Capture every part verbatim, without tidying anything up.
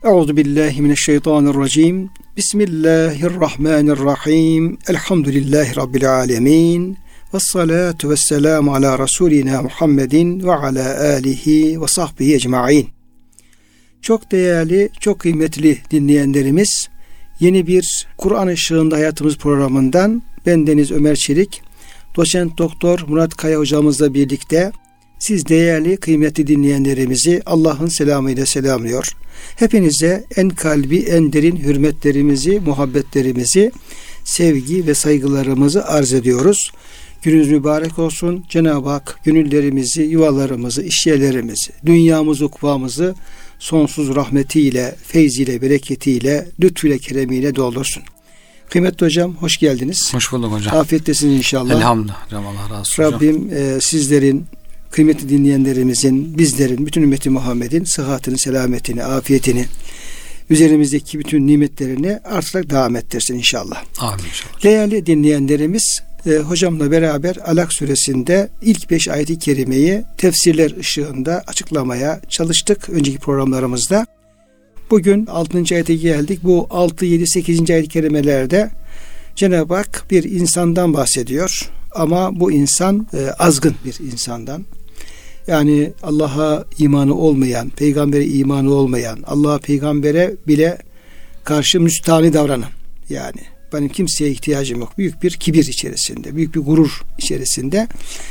Euzubillahimineşşeytanirracim. Bismillahirrahmanirrahim. Elhamdülillahi Rabbil alemin. Vessalatu vesselamu ala Resulina Muhammedin ve ala alihi ve sahbihi ecmain. Çok değerli, çok kıymetli dinleyenlerimiz, yeni bir Kur'an Işığında Hayatımız programından bendeniz Ömer Çelik, Doçent Doktor Murat Kaya hocamızla birlikte siz değerli, kıymetli dinleyenlerimizi Allah'ın selamıyla selamlıyor. Hepinize en kalbi, en derin hürmetlerimizi, muhabbetlerimizi, sevgi ve saygılarımızı arz ediyoruz. Gününüz mübarek olsun. Cenab-ı Hak gönüllerimizi, yuvalarımızı, işyerlerimizi, dünyamızı, ukvamızı sonsuz rahmetiyle, feyziyle, bereketiyle, lütfüyle, keremiyle doldursun. Kıymetli hocam, hoş geldiniz. Hoş bulduk hocam. Afiyettesiniz inşallah. Elhamdülillah. Allah razı olsun. Rabbim e, sizlerin, kıymetli dinleyenlerimizin, bizlerin, bütün ümmeti Muhammed'in sıhhatini, selametini, afiyetini, üzerimizdeki bütün nimetlerini artarak devam ettirsin inşallah. Amin inşallah. Değerli dinleyenlerimiz, e, hocamla beraber Alak suresinde ilk beş ayet-i kerimeyi tefsirler ışığında açıklamaya çalıştık önceki programlarımızda. Bugün altıncı ayete geldik. Bu altı, yedi, sekizinci ayet-i kerimelerde Cenab-ı Hak bir insandan bahsediyor. Ama bu insan e, azgın bir insandan. Yani Allah'a imanı olmayan, peygambere imanı olmayan, Allah'a, peygambere bile karşı müstahni davranan, yani benim kimseye ihtiyacım yok, büyük bir kibir içerisinde, büyük bir gurur içerisinde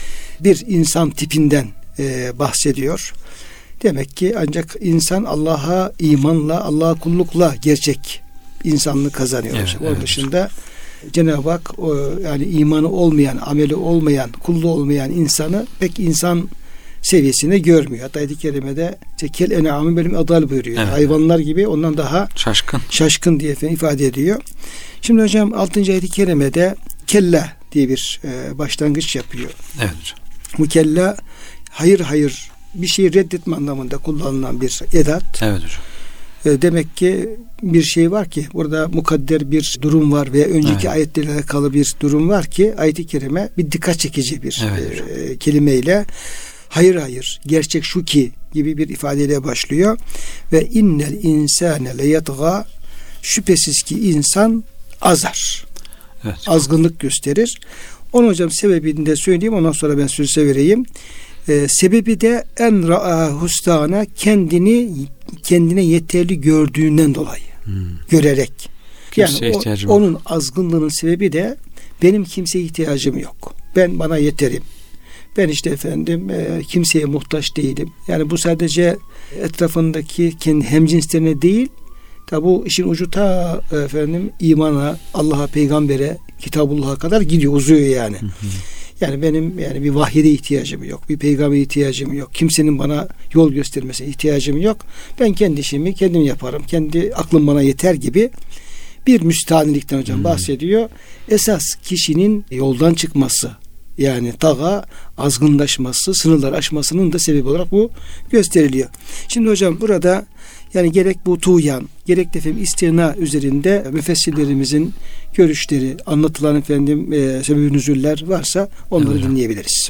bir insan tipinden e, bahsediyor. Demek ki ancak insan Allah'a imanla, Allah'a kullukla gerçek insanlığı kazanıyor. Evet, Onun evet. dışında Cenab-ı Hak o, yani imanı olmayan, ameli olmayan, kulluğu olmayan insanı pek insan seviyesinde görmüyor. Hatta ayet-i kerimede kel en'amı benim adal buyuruyor. Evet. Hayvanlar gibi ondan daha şaşkın, şaşkın diye ifade ediyor. Şimdi hocam altıncı ayet-i kerimede kella diye bir e, başlangıç yapıyor. Evet hocam. Bu kella hayır hayır bir şeyi reddetme anlamında kullanılan bir edat. Evet hocam. E, demek ki bir şey var ki burada mukadder bir durum var veya önceki evet. ayetlerle alakalı bir durum var ki ayet-i kerime bir dikkat çekici bir evet. e, kelimeyle hayır hayır gerçek şu ki gibi bir ifadeyle başlıyor ve innel insane leyatgâ, şüphesiz ki insan azar. Evet. Azgınlık gösterir. Onu hocam sebebini de söyleyeyim, ondan sonra ben sözü vereyim. Ee, sebebi de en ra'a hustana, kendini kendine yeterli gördüğünden dolayı. Hmm. Görerek. Yani o, onun azgınlığının sebebi de benim kimseye ihtiyacım yok. Ben bana yeterim. Ben işte efendim e, kimseye muhtaç değilim. Yani bu sadece etrafındaki kendi hemcinslerine değil, tabi bu işin ucu ta efendim imana, Allah'a, peygambere, Kitabullah'a kadar gidiyor, uzuyor yani. Hı hı. Yani benim yani bir vahide ihtiyacım yok, bir peygambere ihtiyacım yok, kimsenin bana yol göstermesine ihtiyacım yok. Ben kendi işimi kendim yaparım, kendi aklım bana yeter gibi bir müstahnilikten hocam hı. bahsediyor. Esas kişinin yoldan çıkması, yani taga, azgınlaşması, sınırlar aşmasının da sebebi olarak bu gösteriliyor. Şimdi hocam burada yani gerek bu tuğyan, gerek de efendim istina üzerinde müfessirlerimizin görüşleri, anlatılan efendim e, sebeb-i nüzüller varsa onları evet. dinleyebiliriz.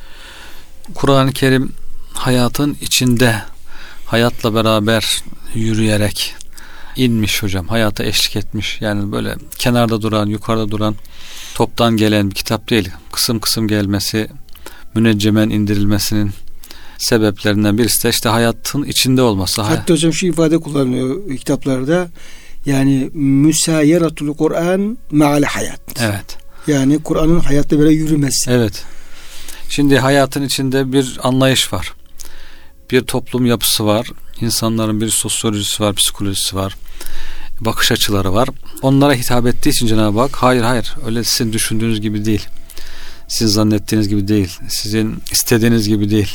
Kur'an-ı Kerim hayatın içinde, hayatla beraber yürüyerek inmiş hocam. Hayata eşlik etmiş. Yani böyle kenarda duran, yukarıda duran, toptan gelen bir kitap değil. Kısım kısım gelmesi, müneccemen indirilmesinin sebeplerinden birisi de işte hayatın içinde olması. Hatta hocam şu ifade kullanılıyor kitaplarda. Yani müsayeratul Kur'an ma'al hayat. Evet. Yani Kur'an'ın hayatla böyle yürümesi. Evet. Şimdi hayatın içinde bir anlayış var. Bir toplum yapısı var. İnsanların bir sosyolojisi var, psikolojisi var. Bakış açıları var. Onlara hitap ettiği için Cenab-ı Hak hayır hayır öyle sizin düşündüğünüz gibi değil. Sizin zannettiğiniz gibi değil. Sizin istediğiniz gibi değil.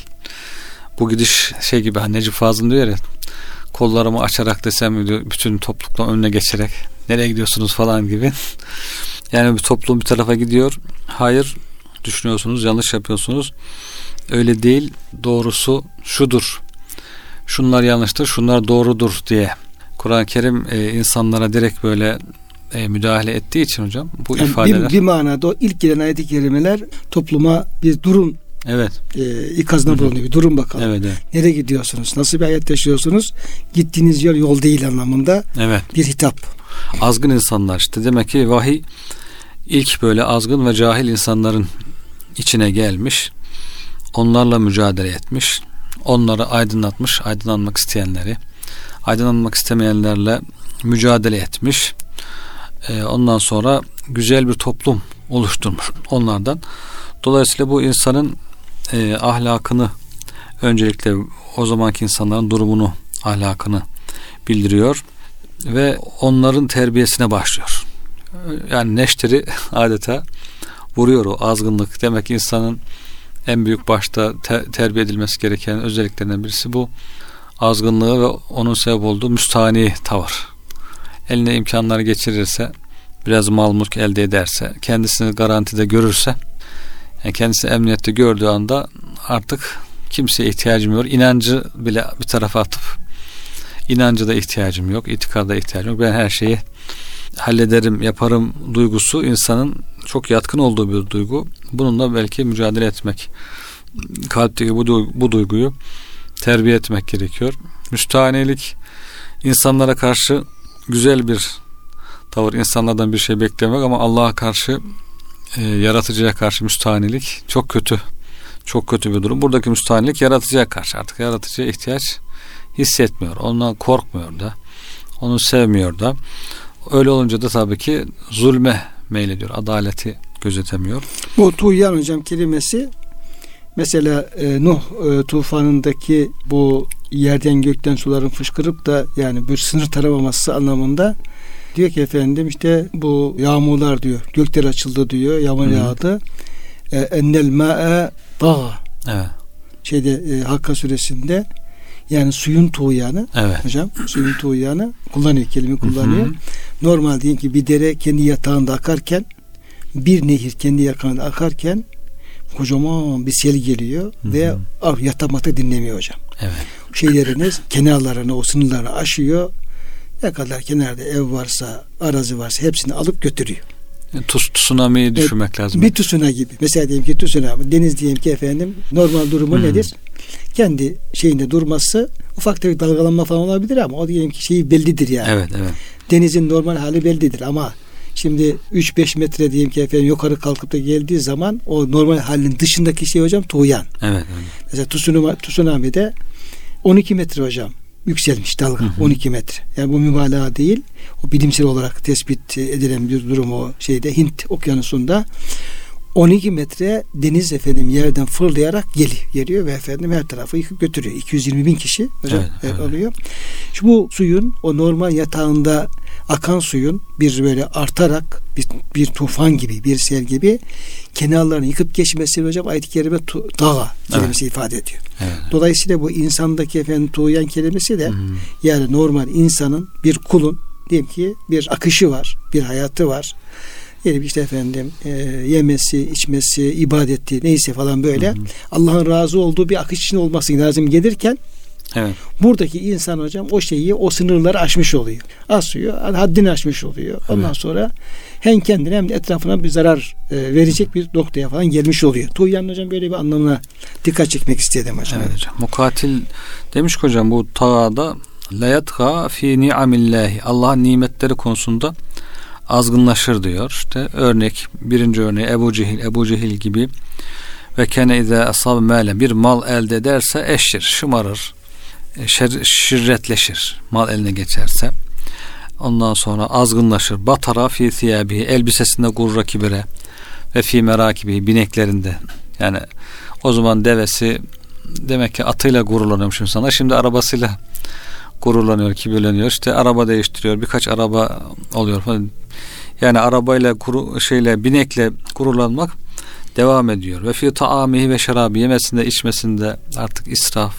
Bu gidiş şey gibi, hani Necip Fazıl diyor ya, kollarımı açarak desem diyor, bütün topluluktan önüne geçerek nereye gidiyorsunuz falan gibi. Yani bir toplum bir tarafa gidiyor. Hayır düşünüyorsunuz, yanlış yapıyorsunuz. Öyle değil. Doğrusu şudur. Şunlar yanlıştır, şunlar doğrudur diye. Kur'an-ı Kerim e, insanlara direkt böyle e, müdahale ettiği için hocam bu yani ifadeler. Bir, bir manada o ilk gelen ayet-i kerimeler topluma bir durum Evet. E, ikazına bulunuyor. Bir durun bakalım. Evet, evet. Nereye gidiyorsunuz? Nasıl bir hayat yaşıyorsunuz? Gittiğiniz yol yol değil anlamında evet. bir hitap. Azgın insanlar işte, demek ki vahiy ilk böyle azgın ve cahil insanların içine gelmiş. Onlarla mücadele etmiş. Onları aydınlatmış. Aydınlanmak isteyenleri. Aydınlanmak istemeyenlerle mücadele etmiş. Ee, ondan sonra güzel bir toplum oluşturmuş onlardan. Dolayısıyla bu insanın e, ahlakını, öncelikle o zamanki insanların durumunu, ahlakını bildiriyor ve onların terbiyesine başlıyor. Yani neşteri adeta vuruyor o azgınlık. Demek ki insanın en büyük başta te- terbiye edilmesi gereken özelliklerinden birisi bu azgınlığı ve onun sebep olduğu müstahni tavır. Eline imkanları geçirirse, biraz mal mülk elde ederse, kendisini garantide görürse, yani kendisini emniyette gördüğü anda artık kimseye ihtiyacım yok. İnancı bile bir tarafa atıp, inancı da ihtiyacım yok, itikada ihtiyacım yok. Ben her şeyi hallederim, yaparım duygusu insanın çok yatkın olduğu bir duygu. Bununla belki mücadele etmek, kalpteki bu, duygu, bu duyguyu terbiye etmek gerekiyor. Müstahanilik insanlara karşı güzel bir tavır, insanlardan bir şey beklemek, ama Allah'a karşı, e, yaratıcıya karşı müstahanilik çok kötü. Çok kötü bir durum. Buradaki müstahanilik yaratıcıya karşı. Artık yaratıcıya ihtiyaç hissetmiyor. Ondan korkmuyor da. Onu sevmiyor da. Öyle olunca da tabii ki zulme meylediyor. Adaleti gözetemiyor. Bu tuğyan hocam kelimesi, mesela e, Nuh e, tufanındaki bu yerden gökten suların fışkırıp da yani bir sınır tanımaması anlamında, diyor ki efendim işte bu yağmurlar diyor, gökler açıldı diyor, yağmur yağdı. E, ennel ma'e dağa. Evet. Şeyde e, Hakka suresinde, yani suyun tuğyanı, evet. hocam suyun tuğyanı kullanıyor, kelime kullanıyor. Hı hı. Normal diyelim ki bir dere kendi yatağında akarken, bir nehir kendi yatağında akarken kocaman bir sel geliyor, hı hı, ve yatamata dinlemiyor hocam. Evet. Şeyleriniz kenarlarını, o sınırlarını aşıyor. Ne kadar kenarda ev varsa, arazi varsa hepsini alıp götürüyor. Yani tsunami'yi düşünmek evet, lazım. Bir tsunami gibi. Mesela diyelim ki tsunami, deniz diyelim ki efendim, normal durumu hmm. nedir? Kendi şeyinde durması, ufak tefek dalgalanma falan olabilir ama o diyelim ki şeyi bellidir yani. Evet, evet. Denizin normal hali bellidir ama şimdi üç beş metre diyelim ki efendim yukarı kalkıp da geldiği zaman o normal halin dışındaki şey hocam tuğyan. Evet, evet. Mesela tsunami, tsunami'de on iki metre hocam yükselmiş dalga, hı hı. on iki metre. Yani bu mübalağa değil. O bilimsel olarak tespit edilen bir durum o şeyde, Hint okyanusunda on iki metre deniz efendim yerden fırlayarak geli, geliyor ve efendim her tarafı yıkıp götürüyor. iki yüz yirmi bin kişi hocam evet, evet. alıyor. Şu bu suyun, o normal yatağında akan suyun bir böyle artarak bir, bir tufan gibi, bir sel gibi kenarlarını yıkıp geçmesi hocam ayet-i kerime tu- dağa kelimesi evet. ifade ediyor. Evet. Dolayısıyla bu insandaki efendim tuğyan kelimesi de hmm. yani normal insanın, bir kulun diyelim ki bir akışı var, bir hayatı var. Yani işte efendim e, yemesi, içmesi, ibadeti neyse falan böyle hmm. Allah'ın razı olduğu bir akış için olması lazım gelirken, evet. buradaki insan hocam o şeyi, o sınırları aşmış oluyor. Asıyor, haddini aşmış oluyor. Ondan evet. sonra hem kendine hem de etrafına bir zarar e, verecek bir noktaya falan gelmiş oluyor. Tuğyan hocam böyle bir anlamına dikkat çekmek istedim hocam. Evet hocam. Mukatil demiş ki hocam, bu tağada la yatga fi ni'amillahi, Allah'ın nimetleri konusunda azgınlaşır diyor. İşte örnek, birinci örneği Ebu Cehil, Ebu Cehil gibi, ve kene izâ asab mâle, bir mal elde ederse eşir, şımarır, şer, şirretleşir mal eline geçerse. Ondan sonra azgınlaşır. Batara fi thiyabihi, elbisesinde gurra kibire, ve fi merakibihi, bineklerinde. Yani o zaman devesi, demek ki atıyla gururlanıyormuş insanlar. Şimdi arabasıyla gururlanıyor, kibirleniyor. İşte araba değiştiriyor. Birkaç araba oluyor falan. Yani arabayla, kuru, şeyle, binekle gururlanmak devam ediyor. Ve fi taamihi ve şerabi, yemesinde, içmesinde artık israf,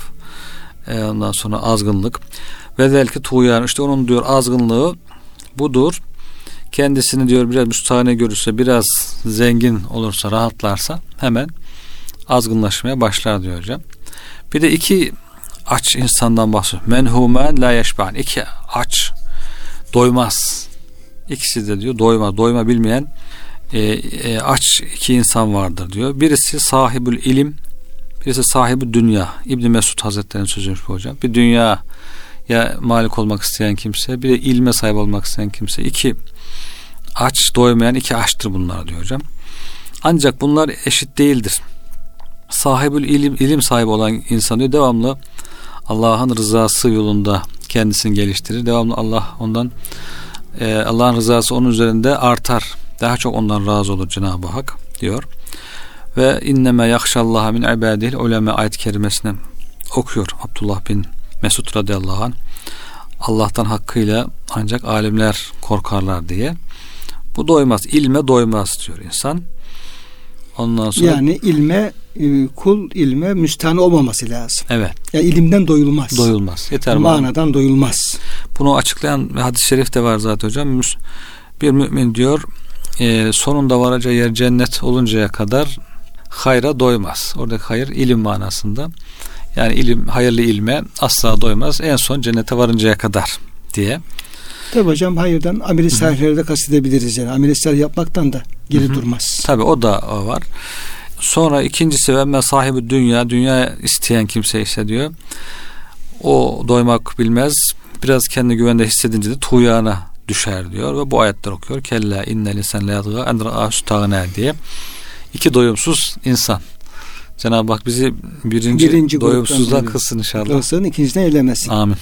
e, ondan sonra azgınlık. Ve belki tuğyan, işte onun diyor azgınlığı budur. Kendisini diyor biraz müstahane görürse, biraz zengin olursa, rahatlarsa hemen azgınlaşmaya başlar diyor hocam. Bir de iki aç insandan bahsediyor. Menhumen la yeşban. İki aç doymaz. İkisi de diyor doyma, doyma bilmeyen e, e, aç iki insan vardır diyor. Birisi sahibül ilim Birisi sahibi dünya. İbn Mesud Hazretleri'nin sözüymüş bu hocam. Bir dünya ya malik olmak isteyen kimse, bir de ilme sahip olmak isteyen kimse. İki aç, doymayan iki açtır bunlar diyor hocam. Ancak bunlar eşit değildir. Sahibül ilim, ilim sahibi olan insan diyor, devamlı Allah'ın rızası yolunda kendisini geliştirir. Devamlı Allah ondan e, Allah'ın rızası onun üzerinde artar. Daha çok ondan razı olur Cenab-ı Hak diyor. Ve inneme yakşallaha min ibadihil ulema ayet-i kerimesini okuyor Abdullah bin Mesud radıyallahu anh. Allah'tan hakkıyla ancak alimler korkarlar diye. Bu doymaz. İlme doymaz diyor insan. Ondan sonra yani ilme kul ilme müstahni olmaması lazım. Evet. Yani ilimden doyulmaz. Doyulmaz. Yeter manadan mi? Doyulmaz. Bunu açıklayan bir hadis-i şerif de var zaten hocam. Bir mümin diyor e, sonunda varacağı yer cennet oluncaya kadar hayra doymaz. Oradaki hayır ilim manasında. Yani ilim, hayırlı ilme asla doymaz. En son cennete varıncaya kadar diye. Tabi hocam hayırdan amel-i salihleri de kastedilebiliriz. Yani amel-i salih yapmaktan da geri Hı-hı. durmaz. Tabi o da o var. Sonra ikincisi ve emme sahibi dünya, dünya isteyen kimse ise diyor, o doymak bilmez. Biraz kendi güvende hissedince de tuğyana düşer diyor ve bu ayetler okuyor. Kella innel insan la yadgha en ra'a stagna diye. İki doyumsuz insan. Cenab-ı Hak bizi birinci, birinci doyumsuzdan kılsın inşallah. Kılsın, ikinciden eylemesin. Amin.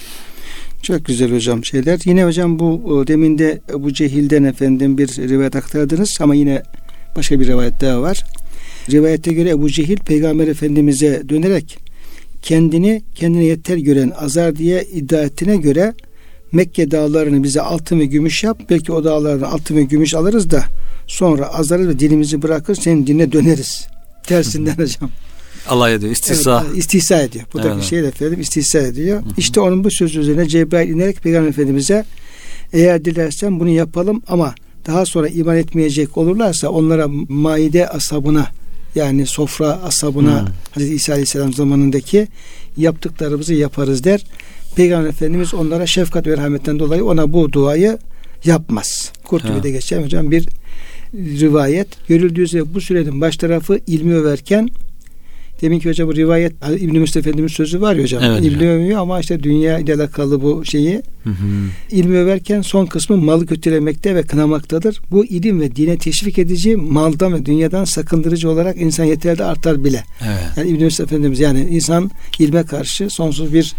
Çok güzel hocam şeyler. Yine hocam bu demin de Ebu Cehil'den efendim bir rivayet aktardınız ama yine başka bir rivayet daha var. Rivayete göre Ebu Cehil Peygamber Efendimiz'e dönerek kendini kendine yeter gören azar diye iddia ettiğine göre Mekke dağlarını bize altın ve gümüş yap. Belki o dağlardan altın ve gümüş alırız da sonra azarız ve dinimizi bırakır senin dinine döneriz. Tersinden hocam. Alay ediyor. İstihza. Evet, istihza ediyor. Bu da bir şey efendim istihza ediyor. Hı hı. İşte onun bu sözü üzerine Cebrail inerek Peygamber Efendimiz'e eğer dilersen bunu yapalım ama daha sonra iman etmeyecek olurlarsa onlara Maide ashabına yani sofra ashabına hmm. Hazreti İsa Aleyhisselam zamanındaki yaptıklarımızı yaparız der. Peygamber Efendimiz onlara şefkat ve rahmetten dolayı ona bu duayı yapmaz. Kurtubi'de geçen hocam bir rivayet. Görüldüğü üzere bu sürenin baş tarafı ilmi överken demin ki hocam bu rivayet İbn-i Müslim Efendimiz sözü var ya hocam. Evet, ilmi hocam. Övüyor ama işte dünya ile alakalı bu şeyi hı hı. ilmi överken son kısmı malı kötülemekte ve kınamaktadır. Bu ilim ve dine teşvik edici, maldan ve dünyadan sakındırıcı olarak insan yeterli artar bile. Evet. Yani İbn-i Müslim Efendimiz yani insan ilme karşı sonsuz bir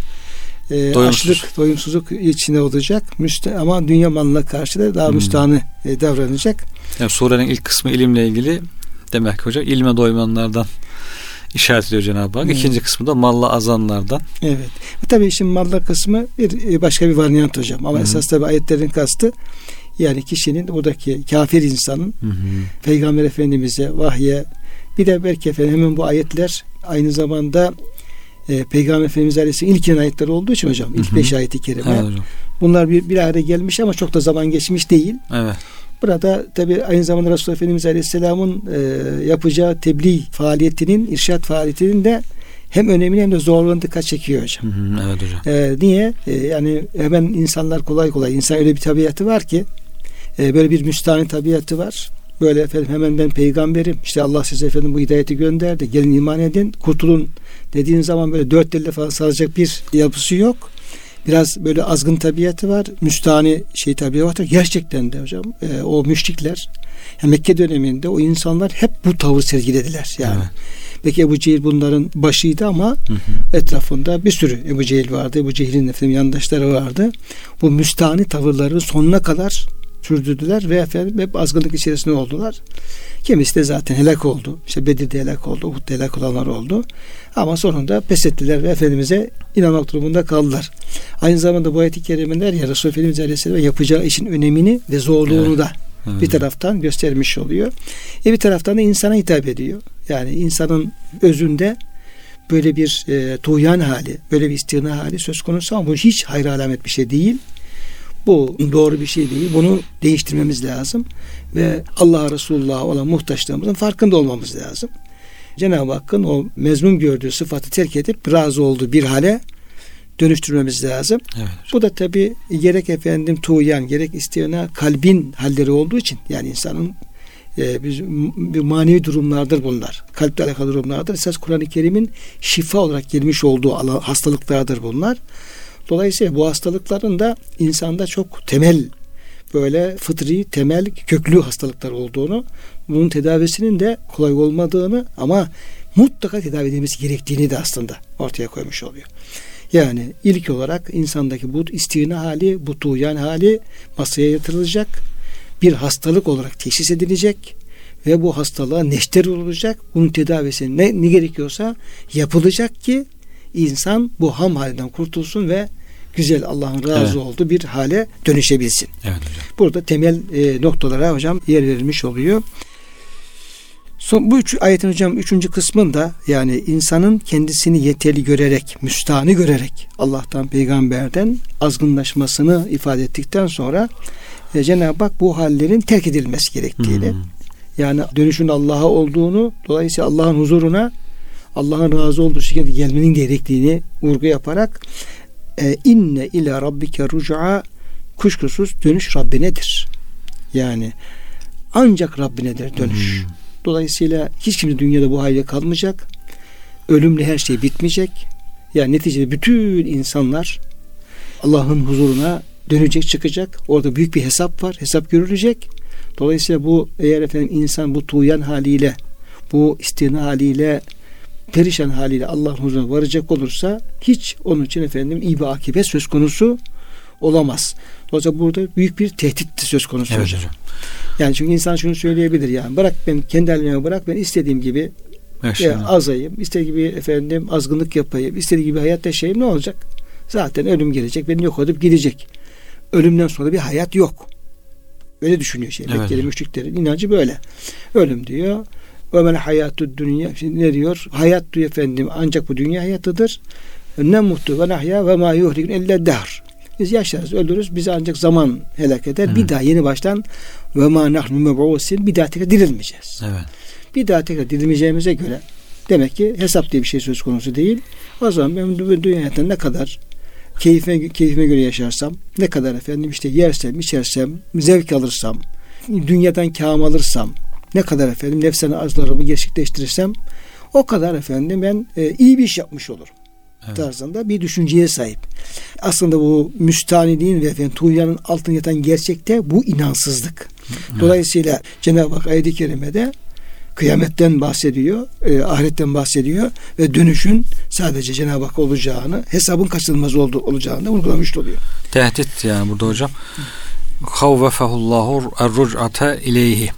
e, Doyumsuz. açlık, doyumsuzluk içinde olacak. Müste, ama dünya malına karşı da daha hmm. müstahane e, davranacak. Yani surenin ilk kısmı ilimle ilgili demek ki hocam ilme doymayanlardan işaret ediyor Cenab-ı Hak. Evet. İkinci kısmı da malla azanlardan. Evet. Tabii şimdi malla kısmı bir başka bir varyant hocam. Ama Hı-hı. esas tabii ayetlerin kastı yani kişinin buradaki kafir insanın Hı-hı. Peygamber Efendimiz'e vahye bir de belki efendim hemen bu ayetler aynı zamanda e, Peygamber Efendimiz Aleyhisselam ilk ayetler olduğu için hocam. İlk Hı-hı. beş ayeti kerime. Evet, bunlar bir, bir araya gelmiş ama çok da zaman geçmiş değil. Evet. Burada tabi aynı zamanda Resulullah Efendimiz Aleyhisselam'ın e, yapacağı tebliğ faaliyetinin, irşat faaliyetinin de hem önemini hem de zorluğunu dikkat çekiyor hocam. Hı hı, evet hocam. E, niye? E, yani hemen insanlar kolay kolay, insan öyle bir tabiatı var ki e, böyle bir müstahni tabiatı var. Böyle efendim hemen ben peygamberim, işte Allah size efendim bu hidayeti gönderdi, gelin iman edin, kurtulun dediğin zaman böyle dört elle falan saracak bir yapısı yok. Biraz böyle azgın tabiatı var. Müstahni şey tabiatı var. Gerçekten de hocam e, o müşrikler yani Mekke döneminde o insanlar hep bu tavır sergilediler. Yani. Evet. Peki Ebu Cehil bunların başıydı ama hı hı. etrafında bir sürü Ebu Cehil vardı. Ebu Cehil'in efendim yandaşları vardı. Bu müstahni tavırları sonuna kadar sürdürdüler ve efendim hep azgınlık içerisinde oldular. Kimisi de zaten helak oldu. İşte Bedir'de helak oldu. Uhud'da helak olanlar oldu. Ama sonunda pes ettiler ve Efendimiz'e inanmak durumunda kaldılar. Aynı zamanda bu ayet-i kerimeler ya Resulullah Efendimiz Aleyhisselam yapacağı işin önemini ve zorluğunu evet. da evet. bir taraftan göstermiş oluyor. E bir taraftan da insana hitap ediyor. Yani insanın özünde böyle bir e, tuğyan hali, böyle bir istina hali söz konusu ama bu hiç hayır alamet bir şey değil. Bu doğru bir şey değil. Bunu değiştirmemiz lazım. Ve Allah Resulullah'a olan muhtaçlığımızın farkında olmamız lazım. Cenab-ı Hakk'ın o mezmum gördüğü sıfatı terk edip razı olduğu bir hale dönüştürmemiz lazım. Evet. Bu da tabi gerek efendim tuğyan, gerek istiyana kalbin halleri olduğu için yani insanın e, biz, bir manevi durumlardır bunlar. Kalple alakalı durumlardır. Esas Kur'an-ı Kerim'in şifa olarak gelmiş olduğu hastalıklardır bunlar. Dolayısıyla bu hastalıkların da insanda çok temel, böyle fıtri, temel, köklü hastalıklar olduğunu, bunun tedavisinin de kolay olmadığını ama mutlaka tedavi edilmesi gerektiğini de aslında ortaya koymuş oluyor. Yani ilk olarak insandaki bu istina hali, bu tuğyan hali masaya yatırılacak, bir hastalık olarak teşhis edilecek ve bu hastalığa neşter olacak. Bunun tedavisi ne, ne gerekiyorsa yapılacak ki insan bu ham halinden kurtulsun ve güzel, Allah'ın razı evet. olduğu bir hale dönüşebilsin. Evet hocam. Burada temel e, noktalara hocam yer verilmiş oluyor. Son, bu üç ayetin hocam üçüncü kısmında yani insanın kendisini yeterli görerek, müstahni görerek Allah'tan, peygamberden azgınlaşmasını ifade ettikten sonra e, Cenab-ı Hak bu hallerin terk edilmesi gerektiğini, hmm. yani dönüşün Allah'a olduğunu, dolayısıyla Allah'ın huzuruna Allah'ın razı olduğu şekilde gelmenin gerektiğini vurgu yaparak e, inne ila rabbike ruc'a, kuşkusuz dönüş Rabbinedir. Yani ancak Rabbinedir dönüş. Hmm. Dolayısıyla hiç kimse dünyada bu haliyle kalmayacak. Ölümle her şey bitmeyecek. Yani neticede bütün insanlar Allah'ın huzuruna dönecek, çıkacak. Orada büyük bir hesap var. Hesap görülecek. Dolayısıyla bu eğer efendim insan bu tuğyan haliyle, bu istina haliyle, perişan haliyle Allah'ın huzuruna varacak olursa hiç onun için efendim iyi bir akıbet söz konusu olamaz. Dolayısıyla burada büyük bir tehdit söz konusu evet, hocam. Yani çünkü insan şunu söyleyebilir yani bırak ben kendi halime bırak ben istediğim gibi ya, azayım, istediğim gibi efendim azgınlık yapayım, istediğim gibi hayat yaşayayım, ne olacak? Zaten ölüm gelecek, beni yok edip gidecek. Ölümden sonra bir hayat yok. Öyle düşünüyor şey. Evet. Mekkeli müşriklerin inancı böyle. Ölüm diyor. Ve men hayatü dünya, ne diyor? Hayat diyor efendim ancak bu dünya hayatıdır. Ne muhtu ve nahya ve ma yuhlikun illa dahr. Biz yaşarız, ölürüz. Bizi ancak zaman helak eder. Hı. Bir daha yeni baştan ve ma nahnu meb'usin, bir daha tekrar dirilmeyeceğiz. Evet. Bir daha tekrar dirilmeyeceğimize göre demek ki hesap diye bir şey söz konusu değil. O zaman ben bu dünya hayatında ne kadar keyfime, keyfime göre yaşarsam, ne kadar efendim işte yersem, içersem, zevk alırsam, dünyadan kâm alırsam, ne kadar efendim nefsane arzularımı gerçekleştirirsem o kadar efendim ben e, iyi bir iş yapmış olurum. Evet. Tarzında bir düşünceye sahip. Aslında bu müstaniliğin ve efendim tuğyanın altında yatan gerçekte bu inansızlık. Evet. Dolayısıyla Cenab-ı Hak ayet-i kerimede kıyametten bahsediyor, e, ahiretten bahsediyor ve dönüşün sadece Cenab-ı Hak olacağını, hesabın kaçınılmaz olduğu olacağını da vurgulamış oluyor. Tehdit yani burada hocam. Havvefehullahu er-ruc'ate ileyhi.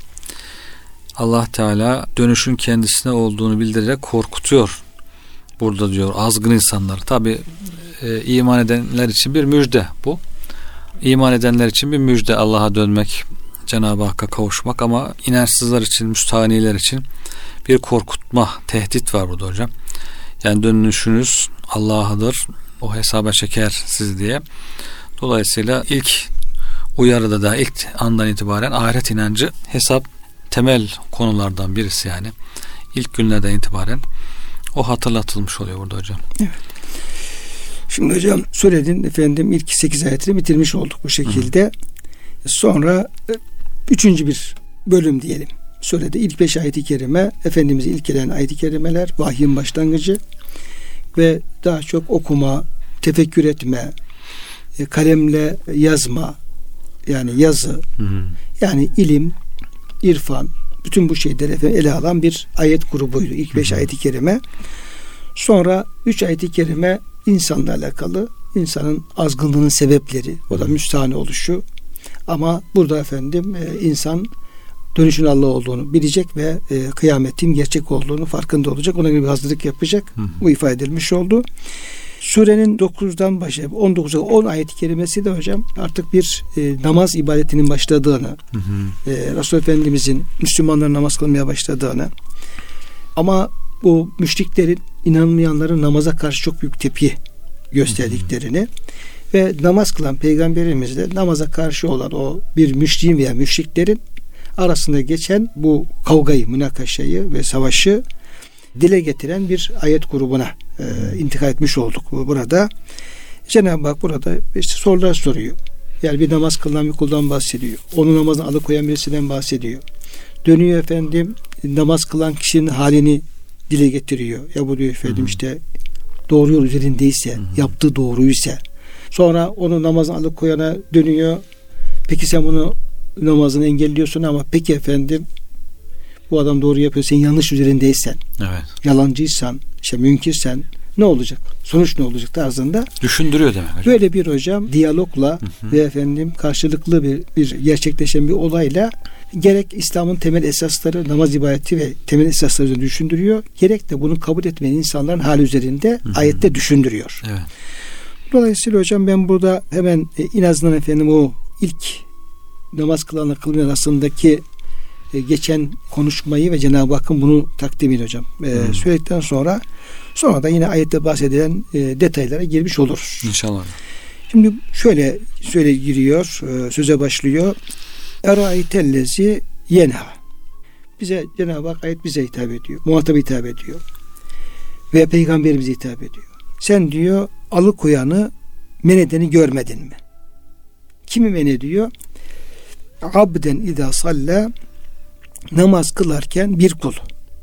Allah Teala dönüşün kendisine olduğunu bildirerek korkutuyor. Burada diyor azgın insanlar. Tabi e, iman edenler için bir müjde bu. İman edenler için bir müjde Allah'a dönmek, Cenab-ı Hakk'a kavuşmak, ama inançsızlar için, müstahaniler için bir korkutma, tehdit var burada hocam. Yani dönüşünüz Allah'adır, o hesaba çeker sizi diye. Dolayısıyla ilk uyarıda da ilk andan itibaren ahiret inancı, hesap temel konulardan birisi yani. İlk günlerden itibaren o hatırlatılmış oluyor burada hocam. Evet. Şimdi hocam söyledin efendim ilk sekiz ayetini bitirmiş olduk bu şekilde. Hı. Sonra üçüncü bir bölüm diyelim. Söyledi ilk beş ayet-i kerime Efendimiz'i ilk gelen ayet-i kerimeler, vahyin başlangıcı ve daha çok okuma, tefekkür etme, kalemle yazma, yani yazı, hı hı. yani ilim, irfan, bütün bu şeyleri ele alan bir ayet grubuydu. İlk beş ayet-i kerime. Sonra üç ayet-i kerime insanla alakalı, insanın azgınlığının sebepleri, o da müstahane oluşu. Ama burada efendim insan dönüşün Allah olduğunu bilecek ve kıyametin gerçek olduğunu farkında olacak. Ona göre bir hazırlık yapacak. Hı hı. Bu ifade edilmiş oldu. Surenin dokuzdan başlayıp on dokuza on ayet-i kerimesi de hocam artık bir e, namaz ibadetinin başladığını, hı hı. E, Resul Efendimizin Müslümanların namaz kılmaya başladığını, ama bu müşriklerin, inanmayanların namaza karşı çok büyük tepki gösterdiklerini, hı hı. ve namaz kılan Peygamberimizle namaza karşı olan o bir müşriğin veya müşriklerin arasında geçen bu kavgayı, münakaşayı ve savaşı dile getiren bir ayet grubuna e, intikal etmiş olduk burada. Cenab-ı Hak burada işte sorular soruyor. Yani bir namaz kılınan bir kuldan bahsediyor. Onun namazını alıkoyan birisinden bahsediyor. Dönüyor efendim namaz kılan kişinin halini dile getiriyor. Ya bu diyor efendim Hı-hı. işte doğru yol üzerindeyse, Hı-hı. yaptığı doğruysa. Sonra onu namazdan alıkoyana dönüyor. Peki sen bunu namazını engelliyorsun ama peki efendim bu adam doğru yapıyor, sen yanlış üzerindeysen, evet. yalancıysan, işte münkirsen ne olacak? Sonuç ne olacak tarzında. Düşündürüyor demek hocam. Böyle bir hocam diyalogla hı hı. ve efendim karşılıklı bir, bir gerçekleşen bir olayla gerek İslam'ın temel esasları, namaz ibadeti ve temel esaslarını düşündürüyor. Gerek de bunu kabul etmeyen insanların hali üzerinde hı hı. ayette düşündürüyor. Evet. Dolayısıyla hocam ben burada hemen e, en azından efendim o ilk namaz kılanla kılmayan arasındaki e, geçen konuşmayı ve Cenab-ı Hakk'ın bunu takdimini hocam e, hmm. söyledikten sonra sonra da yine ayette bahsedilen e, detaylara girmiş oluruz. İnşallah. Şimdi şöyle şöyle giriyor, e, söze başlıyor. Eraitellezi yenha. Bize Cenab-ı Hak ayet bize hitap ediyor. Muhatap hitap ediyor. Ve peygamberimize hitap ediyor. Sen diyor alıkoyanı men edeni görmedin mi? Kimi men ediyor? Abden idâ salla, namaz kılarken bir kul.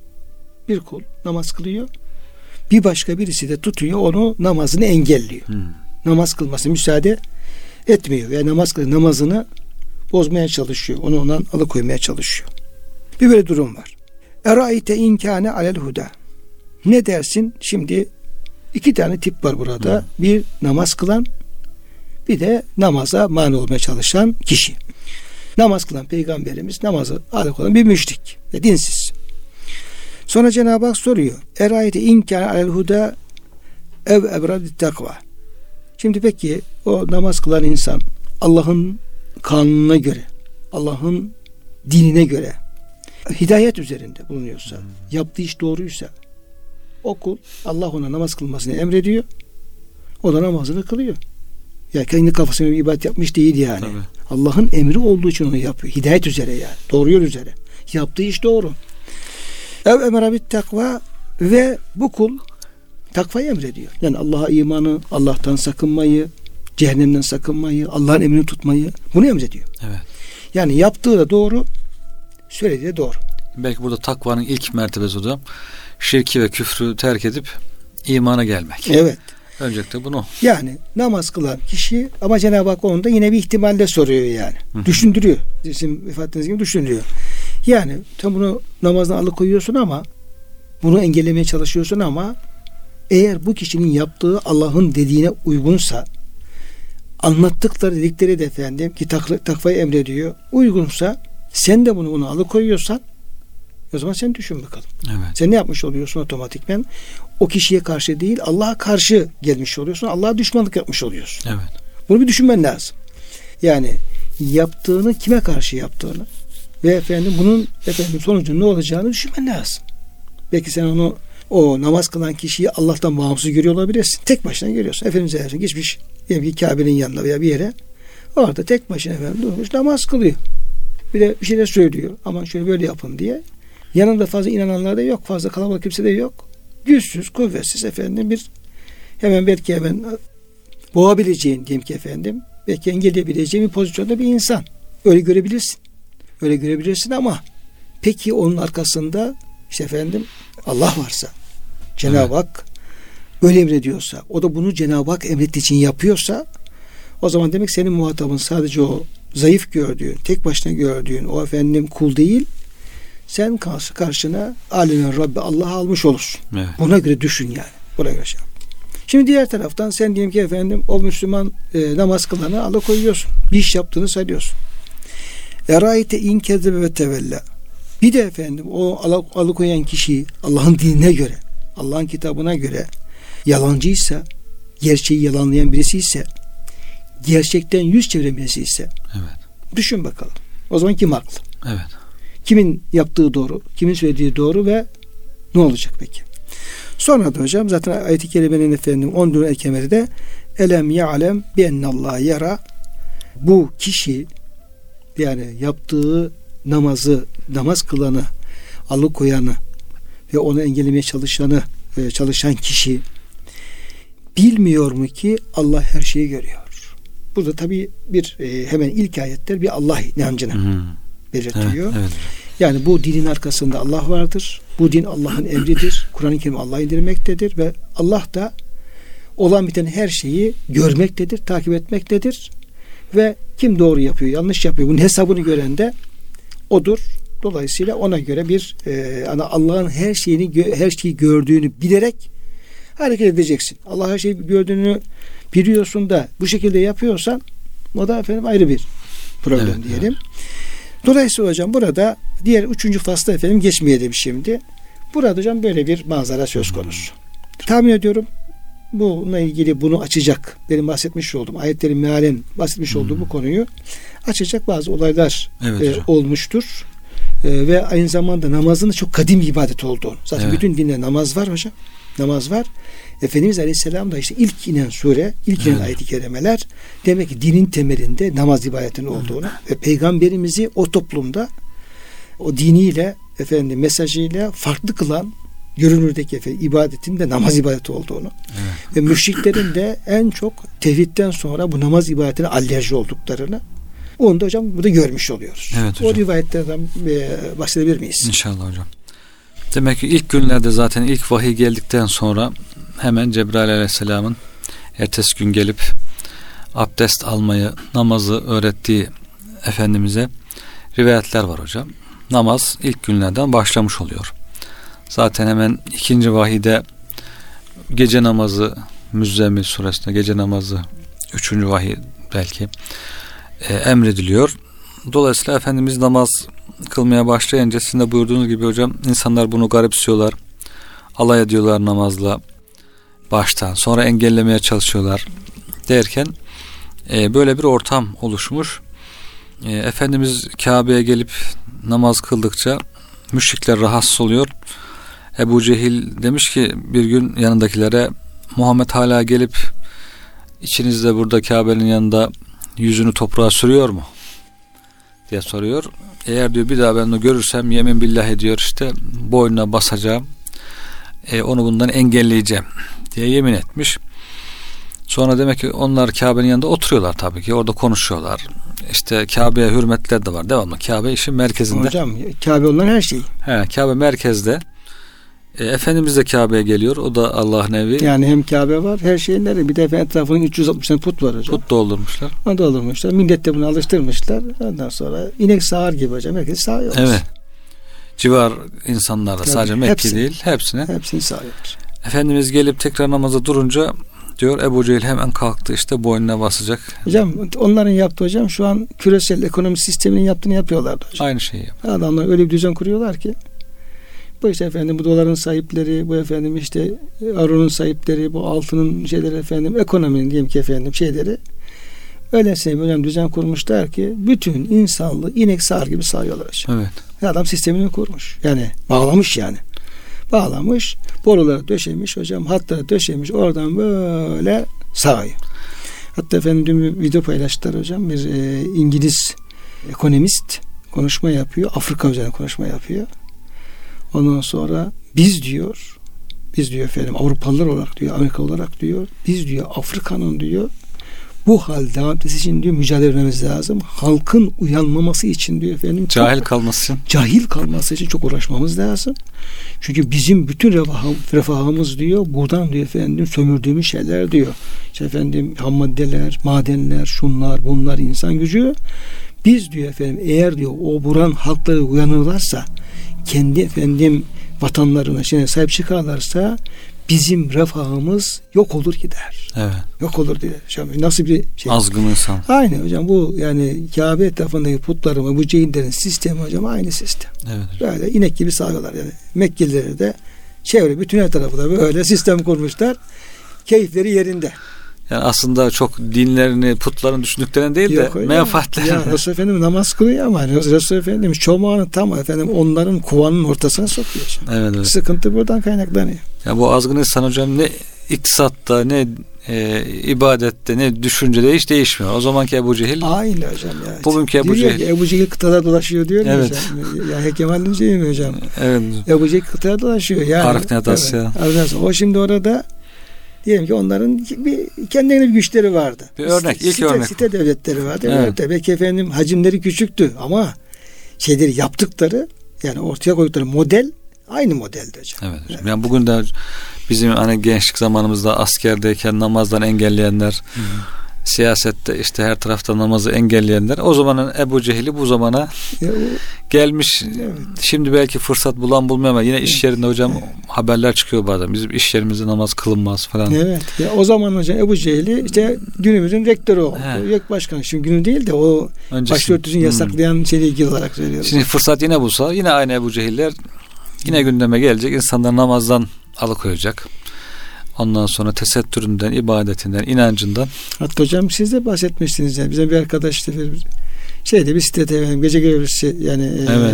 Bir kul namaz kılıyor. Bir başka birisi de tutuyor onu, namazını engelliyor. Hmm. Namaz kılmasına müsaade etmiyor. Yani namaz kılıyor, namazını bozmaya çalışıyor. Onu ondan alıkoymaya çalışıyor. Bir böyle durum var. Eraite inkâne alel huda. Ne dersin? Şimdi iki tane tip var burada. Hmm. Bir namaz kılan, bir de namaza mani olmaya çalışan kişi. Namaz kılan peygamberimiz namazı alıkoyan bir müşrik ve dinsiz. Sonra Cenab-ı Hak soruyor. Eraite inkâne alel huda ev ebradit takva. Şimdi peki o namaz kılan insan Allah'ın kanununa göre, Allah'ın dinine göre hidayet üzerinde bulunuyorsa, hmm. yaptığı iş doğruysa, o kul Allah ona namaz kılmasını emrediyor. O da namazını kılıyor. Yani kendi kafasına bir ibadet yapmış değil yani. Allah'ın emri olduğu için onu yapıyor. Hidayet üzere yani. Doğru yol üzere. Yaptığı iş doğru. Ev emerabit takva ve bu kul takvayı emrediyor. Yani Allah'a imanı, Allah'tan sakınmayı, cehennemden sakınmayı, Allah'ın emrini tutmayı, bunu emrediyor. Evet. Yani yaptığı da doğru, söylediği de doğru. Belki burada takvanın ilk mertebesi hocam, şirki ve küfrü terk edip imana gelmek. Evet. Öncelikle bunu. Yani namaz kılan kişi ama Cenab-ı Hak onda yine bir ihtimalle soruyor yani. Hı-hı. Düşündürüyor. Sizin ifateniz gibi düşündürüyor. Yani sen bunu namazdan alıkoyuyorsun ama bunu engellemeye çalışıyorsun ama eğer bu kişinin yaptığı Allah'ın dediğine uygunsa, anlattıkları dedikleri de efendim ki tak, takvayı emrediyor, uygunsa sen de bunu bunu alıkoyuyorsan o zaman sen düşün bakalım. Evet. Sen ne yapmış oluyorsun otomatikmen? O kişiye karşı değil, Allah'a karşı gelmiş oluyorsun. Allah'a düşmanlık yapmış oluyorsun. Evet. Bunu bir düşünmen lazım. Yani yaptığını kime karşı yaptığını ve efendim bunun efendim sonucunun ne olacağını düşünmen lazım. Belki sen onu o namaz kılan kişiyi Allah'tan bağımsız görüyor olabilirsin. Tek başına görüyorsun. Efendimiz Aleyhisselam geçmiş diyelim ki Kabe'nin yanına veya bir yere. Orada tek başına efendim durmuş namaz kılıyor. Bir de bir şeyler söylüyor. Aman şöyle böyle yapın diye. Yanında fazla inananlar da yok. Fazla kalabalık kimse de yok. Güçsüz, kuvvetsiz efendim bir hemen belki hemen boğabileceğin diyelim ki efendim belki engelleyebileceğin bir pozisyonda bir insan. Öyle görebilirsin. Öyle görebilirsin ama peki onun arkasında işte efendim Allah varsa, Cenab-ı Hak öyle emrediyorsa, o da bunu Cenab-ı Hak emrettiği için yapıyorsa o zaman demek senin muhatabın sadece o zayıf gördüğün, tek başına gördüğün o efendim kul değil, sen karşı karşına alemin Rabbi Allah'ı almış olursun. Evet. Buna göre düşün yani. Buna göre şey yap. Şimdi diğer taraftan sen diyelim ki efendim o Müslüman e, namaz kılanı alıkoyuyorsun. Bir iş yaptığını söylüyorsun. Eraite in kezebe ve tevella. Bir de efendim o alıkoyan kişi Allah'ın dinine göre, Allah'ın kitabına göre yalancıysa, gerçeği yalanlayan birisi ise, gerçekten yüz çeviren birisi ise, evet. Düşün bakalım. O zaman kim haklı? Evet. Kimin yaptığı doğru, kimin söylediği doğru ve ne olacak peki? Sonra da hocam zaten ayet-i kerimenin efendim on dört el-kemeri de elem ya'lem bi ennallâhe yara, bu kişi yani yaptığı namazı, namaz kılanı, alıkoyanı ve onu engellemeye çalışanı, çalışan kişi bilmiyor mu ki Allah her şeyi görüyor. Burada tabii bir hemen ilk ayetler bir Allah inancına hmm. belirtiyor. Evet, evet. Yani bu dinin arkasında Allah vardır. Bu din Allah'ın emridir. Kur'an-ı Kerim Allah indirmektedir ve Allah da olan biten her şeyi görmektedir, takip etmektedir. Ve kim doğru yapıyor, yanlış yapıyor, bunun hesabını gören de odur. Dolayısıyla ona göre bir e, Allah'ın her şeyini her şeyi gördüğünü bilerek hareket edeceksin. Allah her şeyi gördüğünü biliyorsun da bu şekilde yapıyorsan o da efendim ayrı bir problem evet, diyelim. Evet. Dolayısıyla hocam burada diğer üçüncü fasla efendim geçmeyelim şimdi. Burada hocam böyle bir manzara söz konusu. Hmm. Tahmin ediyorum bununla ilgili bunu açacak, benim bahsetmiş olduğum ayetlerin mealen bahsetmiş hmm. olduğum bu konuyu açacak bazı olaylar evet, e, olmuştur. E, ve aynı zamanda namazın çok kadim bir ibadet olduğunu. Zaten evet. bütün dinde namaz var hocam. Namaz var. Efendimiz Aleyhisselam da işte ilk inen sure, ilk inen evet. ayet-i kerimeler demek ki dinin temelinde namaz ibadetinin olduğunu evet. ve peygamberimizi o toplumda o diniyle efendim mesajıyla farklı kılan görünürdeki efendim, ibadetin de namaz ibadeti olduğunu evet. ve müşriklerin de en çok tevhidden sonra bu namaz ibadetine alerji olduklarını onu da hocam burada görmüş oluyoruz. Evet, hocam. O rivayetlerden e, bahsedebilir miyiz? İnşallah hocam. Demek ki ilk günlerde zaten ilk vahiy geldikten sonra hemen Cebrail Aleyhisselam'ın ertesi gün gelip abdest almayı, namazı öğrettiği Efendimiz'e rivayetler var hocam. Namaz ilk günlerden başlamış oluyor. Zaten hemen ikinci vahiyde gece namazı, Müzzemmil suresinde gece namazı, üçüncü vahiy belki e, emrediliyor. Dolayısıyla Efendimiz namaz kılmaya başlayınca sizin de buyurduğunuz gibi hocam insanlar bunu garipsiyorlar. Alay ediyorlar namazla baştan. Sonra engellemeye çalışıyorlar derken e, böyle bir ortam oluşmuş. E, Efendimiz Kabe'ye gelip namaz kıldıkça müşrikler rahatsız oluyor. Ebu Cehil demiş ki bir gün yanındakilere Muhammed hala gelip içinizde burada Kabe'nin yanında yüzünü toprağa sürüyor mu? diye soruyor. Eğer diyor bir daha ben onu görürsem yemin billah diyor işte boynuna basacağım. E, onu bundan engelleyeceğim diye yemin etmiş. Sonra demek ki onlar Kabe'nin yanında oturuyorlar tabii ki. Orada konuşuyorlar. İşte Kabe'ye hürmetler de var. Devamlı Kabe işin merkezinde. Hocam Kabe olan her şey. He, Kabe merkezde. E, Efendimiz de Kabe'ye geliyor. O da Allah'ın evi. Yani hem Kabe var her şeyin nerede. Bir de etrafının üç yüz altmış tane put var hocam. Put doldurmuşlar. Onu doldurmuşlar. Millet de bunu alıştırmışlar. Ondan sonra inek sağar gibi hocam. Herkes sağıyor. Evet. Civar insanlar da sadece Mekke hepsini, değil. Hepsine. Hepsini sağıyor. Efendimiz gelip tekrar namaza durunca diyor Ebu Cehil hemen kalktı işte boynuna basacak. Hocam onların yaptığı hocam şu an küresel ekonomi sisteminin yaptığını yapıyorlardı hocam. Aynı şeyi yapıyor. Adamlar öyle bir düzen kuruyorlar ki bu işte efendim bu doların sahipleri, bu efendim işte aronun sahipleri, bu altının şeyleri efendim ekonominin diyelim ki efendim şeyleri öylesine böyle düzen kurmuşlar ki bütün insanlığı inek sağar gibi sağıyorlar hocam. Evet. Adam sistemini kurmuş. Yani bağlamış yani. Bağlamış, boruları döşemiş hocam, hatları döşemiş, oradan böyle sağıyor. Hatta efendim dün bir video paylaştılar hocam, bir e, İngiliz ekonomist konuşma yapıyor, Afrika üzerine konuşma yapıyor. Ondan sonra biz diyor, biz diyor efendim Avrupalılar olarak diyor, Amerika olarak diyor, biz diyor Afrika'nın diyor bu hal devam etmesi için diyor mücadele etmemiz lazım. Halkın uyanmaması için diyor efendim. Cahil çok, kalması. Cahil kalması için çok uğraşmamız lazım. Çünkü bizim bütün refah, refahımız diyor buradan diyor efendim sömürdüğümüz şeyler diyor. İşte efendim ham maddeler, madenler, şunlar, bunlar, insan gücü. Biz diyor efendim eğer diyor o buran halkları uyanırlarsa kendi efendim vatanlarına şimdi sahip çıkarlarsa bizim refahımız yok olur gider. Evet. Yok olur diye. Nasıl bir şey? Azgın insan. Aynı hocam bu yani Kabe etrafındaki putların bu cehillerin sistemi hocam aynı sistem. Evet. Böyle inek gibi sağıyorlar yani. Mekkelileri de çevre bütün her tarafı da böyle sistem kurmuşlar. Keyifleri yerinde. Yani aslında çok dinlerini, putların düşündüklerini değil de menfaatlerini. Ya Resul Efendimiz namaz kılıyor ama Resul Efendimiz çomağını tam efendim onların kovanın ortasına sokuyor. Şimdi. Evet, evet. Sıkıntı buradan kaynaklanıyor. Ya bu azgın insan hocam ne iktisatta ne e, ibadette ne düşüncede hiç değişmiyor. O zamanki Ebu Cehil. Aynı hocam ya. Bugünkü Ebu Cehil. Ki, Ebu Cehil kıtada dolaşıyor diyor evet. hocam. Ya Kemal'in şeyi mi hocam? Evet. Ebu Cehil kıtada dolaşıyor. Yani, Ark Nedas ya. Evet. O şimdi orada diyelim ki onların bir kendilerine bir güçleri vardı. Bir örnek, ilk site, örnek. Site devletleri vardı. Evet. Evet. Belki efendim hacimleri küçüktü ama şeyleri yaptıkları Yani ortaya koydukları model aynı modeldi hocam. Evet hocam. Evet. Yani bugün de bizim hani gençlik zamanımızda askerdeyken namazdan engelleyenler, hı hı. siyasette işte her tarafta namazı engelleyenler, o zamanın Ebu Cehil'i bu zamana ya, o, gelmiş. Evet. Şimdi belki fırsat bulan bulmuyor ama yine evet. iş yerinde hocam evet. haberler çıkıyor bazen. Bizim iş yerimizde namaz kılınmaz falan. Evet. Ya o zaman hocam Ebu Cehil'i işte günümüzün rektörü oldu. Yok başkan. Şimdi günü değil de o başörtüsünü yasaklayan hmm. şeyle ilgili olarak söylüyorum. Şimdi fırsat yine bulsa yine aynı Ebu Cehiller yine gündeme gelecek. İnsanlar namazdan alıkoyacak. Ondan sonra tesettüründen, ibadetinden, inancından. Hatta hocam siz de bahsetmiştiniz yani. Bize bir arkadaş işte bir şeyde bir sitede efendim, gece görevlisi yani evet.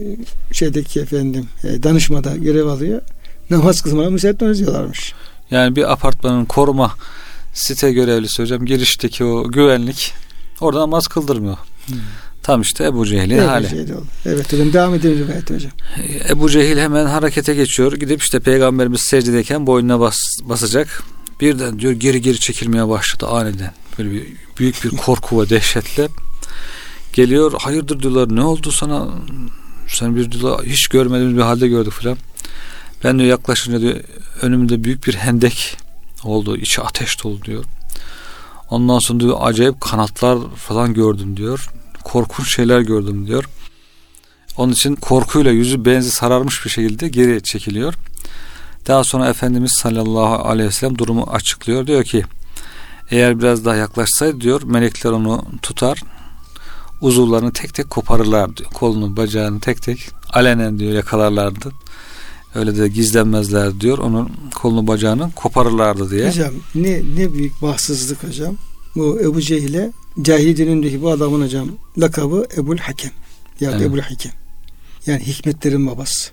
e, şeydeki efendim e, danışmada görev alıyor. Namaz kılmaya müsait diyorlarmış. Yani bir apartmanın koruma site görevlisi hocam, girişteki o güvenlik orada namaz kıldırmıyor. Hmm. Tam işte Ebu Cehil'in evet, hali. Cehil evet hocam, devam edelim rivayet hocam. Ebu Cehil hemen harekete geçiyor. Gidip işte Peygamberimiz secdedeyken boynuna bas, basacak. Birden diyor geri geri çekilmeye başladı aniden. Böyle bir, büyük bir korku ve dehşetle geliyor. Hayırdır diyorlar, ne oldu sana? Sen bir diyorlar, hiç görmediğimiz bir halde gördük falan. Ben diyor yaklaşınca diyor önümde büyük bir hendek oldu. İçi ateş dolu diyor. Ondan sonra diyor acayip kanatlar falan gördüm diyor. Korkunç şeyler gördüm diyor. Onun için korkuyla yüzü benzi sararmış bir şekilde geri çekiliyor. Daha sonra Efendimiz sallallahu aleyhi ve sellem durumu açıklıyor. Diyor ki eğer biraz daha yaklaşsaydı diyor melekler onu tutar, uzuvlarını tek tek koparırlar diyor. Kolunu, bacağını tek tek alenen diyor yakalarlardı. Öyle de gizlenmezler diyor. Onun kolunu, bacağını koparırlardı diye. Hocam ne ne büyük bahtsızlık hocam. Bu Ebu Cehil'e cahili dönemindeki bu adamın hocam lakabı Ebul Hakem. Ya evet. Ebul Hakem. Yani hikmetlerin babası.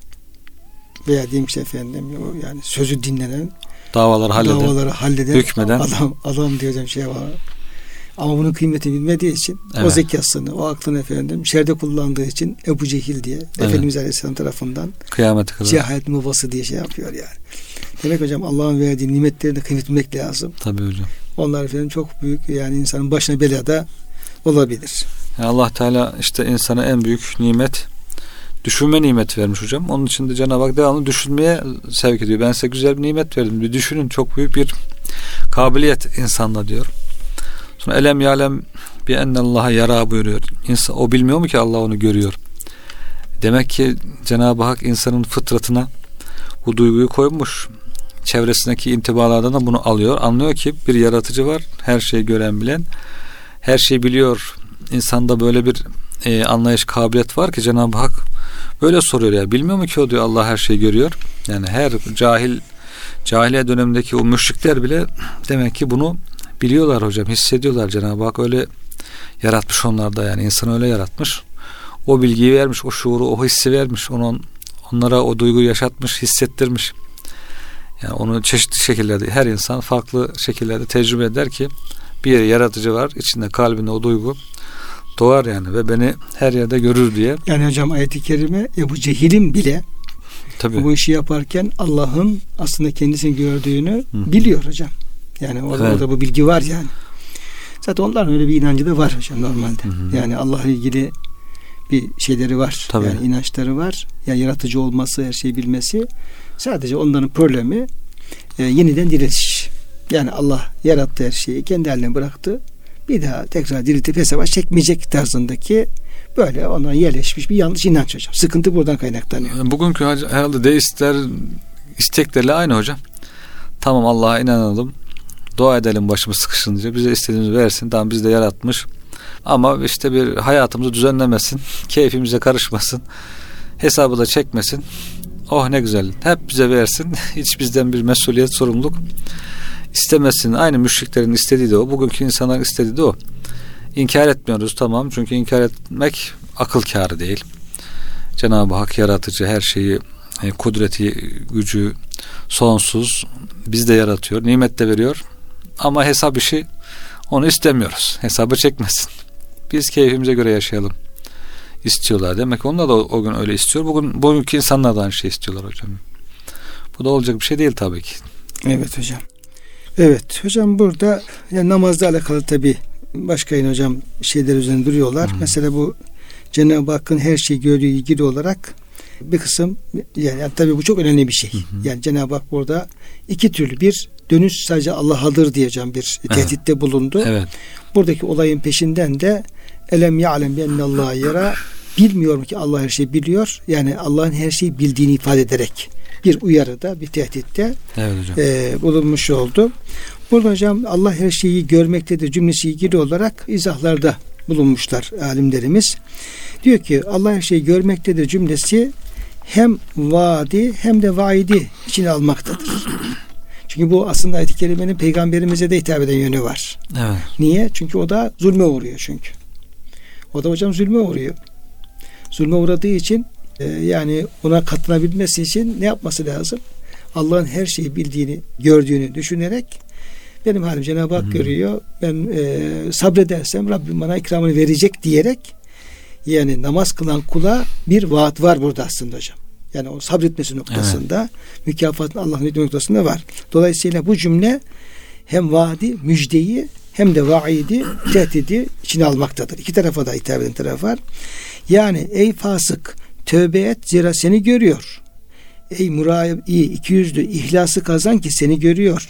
Veya diyeyim işte efendim yani sözü dinlenen, davaları halleden, davaları halleden hükmeden adam, adam diyeceğim şey var. Ama bunun kıymetini bilmediği için evet. o zekasını, o aklını efendim şerde kullandığı için Ebu Cehil diye evet. Efendimiz Aleyhisselam tarafından kıyamete kadar cehalet babası diye şey yapıyor yani. Demek hocam Allah'ın verdiği nimetlerine kıymet bilmek lazım. Tabii hocam. Onlar efendim çok büyük yani insanın başına belada olabilir. Yani Allah Teala işte insana en büyük nimet düşünme nimeti vermiş hocam. Onun için de Cenab-ı Hak devamlı düşünmeye sevk ediyor. Ben size güzel bir nimet verdim. Bir düşünün, çok büyük bir kabiliyet insanda diyor. Sonra elem yalem bi ennallaha yara buyuruyor. İnsan, o bilmiyor mu ki Allah onu görüyor? Demek ki Cenab-ı Hak insanın fıtratına bu duyguyu koymuş. Çevresindeki intibalardan da bunu alıyor. Anlıyor ki bir yaratıcı var. Her şeyi gören, bilen. Her şeyi biliyor. İnsanda böyle bir e, anlayış, kabiliyet var ki Cenab-ı Hak böyle soruyor ya. Bilmiyor mu ki o diyor Allah her şeyi görüyor. Yani her cahil cahiliye dönemindeki o müşrikler bile demek ki bunu biliyorlar hocam. Hissediyorlar. Cenab-ı Hak öyle yaratmış onlarda, yani insanı öyle yaratmış. O bilgiyi vermiş, o şuuru, o hissi vermiş. Onun, onlara o duyguyu yaşatmış, hissettirmiş. Yani onu çeşitli şekillerde her insan farklı şekillerde tecrübe eder ki bir yaratıcı var, içinde kalbinde o duygu doğar yani ve beni her yerde görür diye. Yani hocam ayet-i kerime Ebu Cehil'in bile tabii bu işi yaparken Allah'ın aslında kendisini gördüğünü Hı. biliyor hocam. Yani orada, evet. orada bu bilgi var yani. Zaten onların öyle bir inancı da var hocam normalde. Hı hı. Yani Allah'la ilgili bir şeyleri var. Tabii. Yani inançları var. Yani yaratıcı olması, her şeyi bilmesi. Sadece onların problemi e, yeniden diriliş. Yani Allah yarattı her şeyi, kendi haline bıraktı. Bir daha tekrar diriltip hesaba çekmeyecek tarzındaki böyle ona yerleşmiş bir yanlış inanç hocam. Sıkıntı buradan kaynaklanıyor. Bugünkü herhalde deistler isteklerle aynı hocam. Tamam Allah'a inanalım. Dua edelim başımız sıkışınca. Bize istediğimizi versin. Tamam biz de yaratmış. Ama işte bir hayatımızı düzenlemesin. Keyfimize karışmasın. Hesabı da çekmesin. Oh ne güzel. Hep bize versin. Hiç bizden bir mesuliyet, sorumluluk istemesin. Aynı müşriklerin istediği de o. Bugünkü insanların istediği de o. İnkar etmiyoruz tamam. Çünkü inkar etmek akıl kârı değil. Cenab-ı Hak yaratıcı, her şeyi, kudreti, gücü sonsuz. Biz de yaratıyor. Nimet de veriyor. Ama hesap işi onu istemiyoruz. Hesabı çekmesin. Biz keyfimize göre yaşayalım istiyorlar. Demek ki onlar da o, o gün öyle istiyor. Bugün bugünkü insanlar da aynı şey istiyorlar hocam. Bu da olacak bir şey değil tabii ki. Evet hocam. Evet hocam burada yani namazla alakalı tabii başka yine hocam şeyler üzerinde duruyorlar. Hmm. Mesela bu Cenab-ı Hakk'ın her şeyi gördüğü ilgili olarak bir kısım yani, yani tabii bu çok önemli bir şey. Hı hı. Yani Cenab-ı Hak burada iki türlü bir dönüş sadece Allah'adır diyeceğim bir tehditte evet. bulundu. Evet. Buradaki olayın peşinden de elem ya'lem bi ennallâhe yara, bilmiyor mu ki Allah her şeyi biliyor. Yani Allah'ın her şeyi bildiğini ifade ederek bir uyarıda, bir tehditte evet e, bulunmuş oldu. Burada hocam Allah her şeyi görmektedir cümlesi ilgili olarak izahlarda bulunmuşlar alimlerimiz. Diyor ki Allah her şeyi görmektedir cümlesi hem vaadi hem de vaidi içine almaktadır. Çünkü bu aslında ayet-i kerimenin peygamberimize de hitap eden yönü var. Evet. Niye? Çünkü o da zulme uğruyor çünkü. O da hocam zulme uğruyor. Zulme uğradığı için e, yani ona katılabilmesi için ne yapması lazım? Allah'ın her şeyi bildiğini, gördüğünü düşünerek benim halim Cenab-ı Hak görüyor. Ben e, sabredersem Rabbim bana ikramını verecek diyerek yani namaz kılan kula bir vaat var burada aslında hocam. Yani o sabretmesi noktasında evet. mükafatın Allah'ın verdiği noktasında var. Dolayısıyla bu cümle hem vaadi, müjdeyi hem de vaidi, tehdidi içine almaktadır. İki tarafa da hitap eden taraf var. Yani ey fasık tövbe et zira seni görüyor. Ey mura'i iki yüzlü ihlası kazan ki seni görüyor.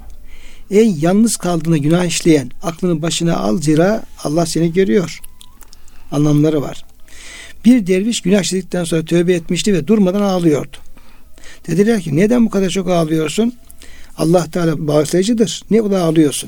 Ey yalnız kaldığında günah işleyen aklını başına al zira Allah seni görüyor. Anlamları var. Bir derviş günah işledikten sonra tövbe etmişti ve durmadan ağlıyordu. Dediler ki neden bu kadar çok ağlıyorsun? Allah Teala bağışlayıcıdır. Ne kadar ağlıyorsun?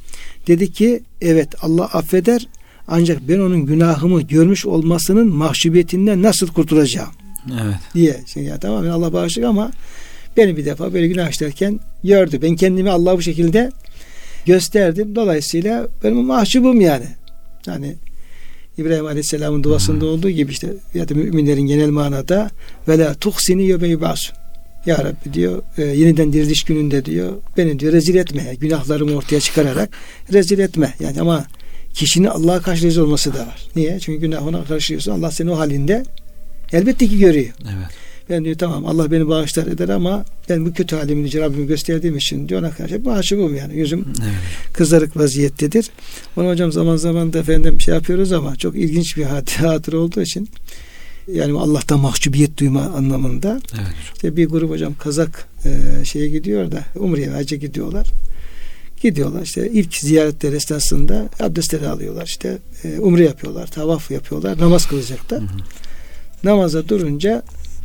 Dedi ki evet Allah affeder ancak ben onun günahımı görmüş olmasının mahcubiyetinden nasıl kurtulacağım? Evet. Diye. Şimdi ya tamam Allah bağışlıyor ama beni bir defa böyle günah işlerken gördü. Ben kendimi Allah'a bu şekilde gösterdim. Dolayısıyla benim mahcubum yani. Yani İbrahim Aleyhisselam'ın duasında hmm. olduğu gibi işte ya da müminlerin genel manada ve la tuhsini yubeybasun. Ya Rabbi diyor e, yeniden diriliş gününde diyor beni diyor rezil etme. Günahlarımı ortaya çıkararak rezil etme. Yani ama kişinin Allah'a karşı rezil olması da var. Niye? Çünkü günahına karşılıyorsun. Allah seni o halinde elbette ki görüyor. Evet. Ben diyor tamam Allah beni bağışlar eder ama ben bu kötü halimi diyor Rabbime gösterdiğim için diyor ona karşı mahcubum yani yüzüm evet. kızarık vaziyettedir. Onu hocam zaman zaman da efendim şey yapıyoruz ama çok ilginç bir hatır olduğu için yani Allah'tan mahcubiyet duyma anlamında. Evet. İşte bir grup hocam Kazak e, şeye gidiyor da Umre'ye hacca gidiyorlar. Gidiyorlar işte ilk ziyaretler esnasında abdestleri alıyorlar işte e, umre yapıyorlar, tavaf yapıyorlar, namaz kılacaklar. Hı hı. Namaza durunca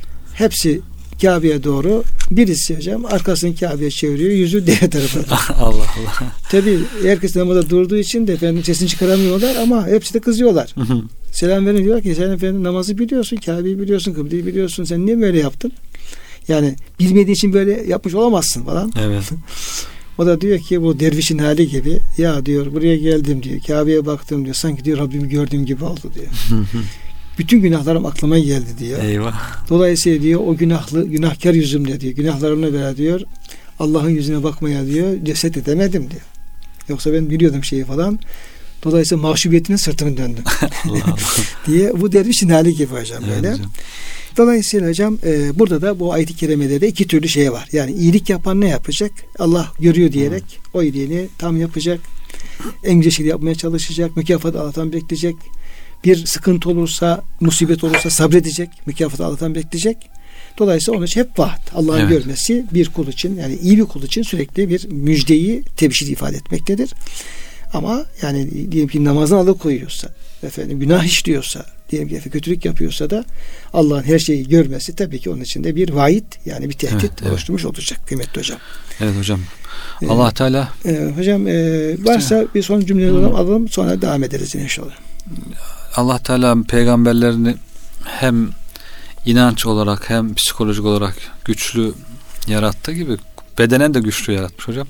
hepsi Kabe'ye doğru, birisi hocam arkasını Kabe'ye çeviriyor, yüzü diğer tarafa. Allah Allah. Tabii herkes namaza durduğu için de efendim sesini çıkaramıyorlar ama hepsi de kızıyorlar. Selam verin diyor ki sen efendim namazı biliyorsun, Kabe'yi biliyorsun, kıbleyi biliyorsun, sen niye böyle yaptın? Yani bilmediğin için böyle yapmış olamazsın falan. Evet. O da diyor ki bu dervişin hali gibi ya diyor buraya geldim diyor, Kabe'ye baktım diyor, sanki diyor Rabbimi gördüğüm gibi oldu diyor. Bütün günahlarım aklıma geldi diyor. Eyvah. Dolayısıyla diyor o günahlı günahkar yüzümle diyor günahlarımla beraber diyor Allah'ın yüzüne bakmaya diyor ceset edemedim diyor. Yoksa ben biliyordum şeyi falan. Dolayısıyla mahcubiyetinin sırtını döndüm. Allah Allah. diye bu dervişin hali gibi hocam evet, böyle. Hocam. Dolayısıyla hocam e, burada da bu ayet-i kerimede de iki türlü şey var. Yani iyilik yapan ne yapacak? Allah görüyor diyerek hmm. o iyiliğini tam yapacak. En güzel şeyi yapmaya çalışacak. Mükafatı Allah'tan bekleyecek. Bir sıkıntı olursa, musibet olursa sabredecek. Mükafatı Allah'tan bekleyecek. Dolayısıyla onun için hep vaat. Allah'ın evet. görmesi bir kul için yani iyi bir kul için sürekli bir müjdeyi, tebşiri ifade etmektedir. Ama yani diyelim ki namazdan alıkoyuyorsa, efendim günah işliyorsa, diyelim ki efendim, kötülük yapıyorsa da Allah'ın her şeyi görmesi tabii ki onun içinde bir vaid yani bir tehdit evet, evet. oluşturmuş olacak kıymetli hocam. Evet hocam. Ee, Allah Teala. E, hocam e, varsa bir son cümleleri hmm. alalım sonra devam ederiz inşallah. Allah Teala peygamberlerini hem inanç olarak hem psikolojik olarak güçlü yarattığı gibi bedenen de güçlü yaratmış hocam.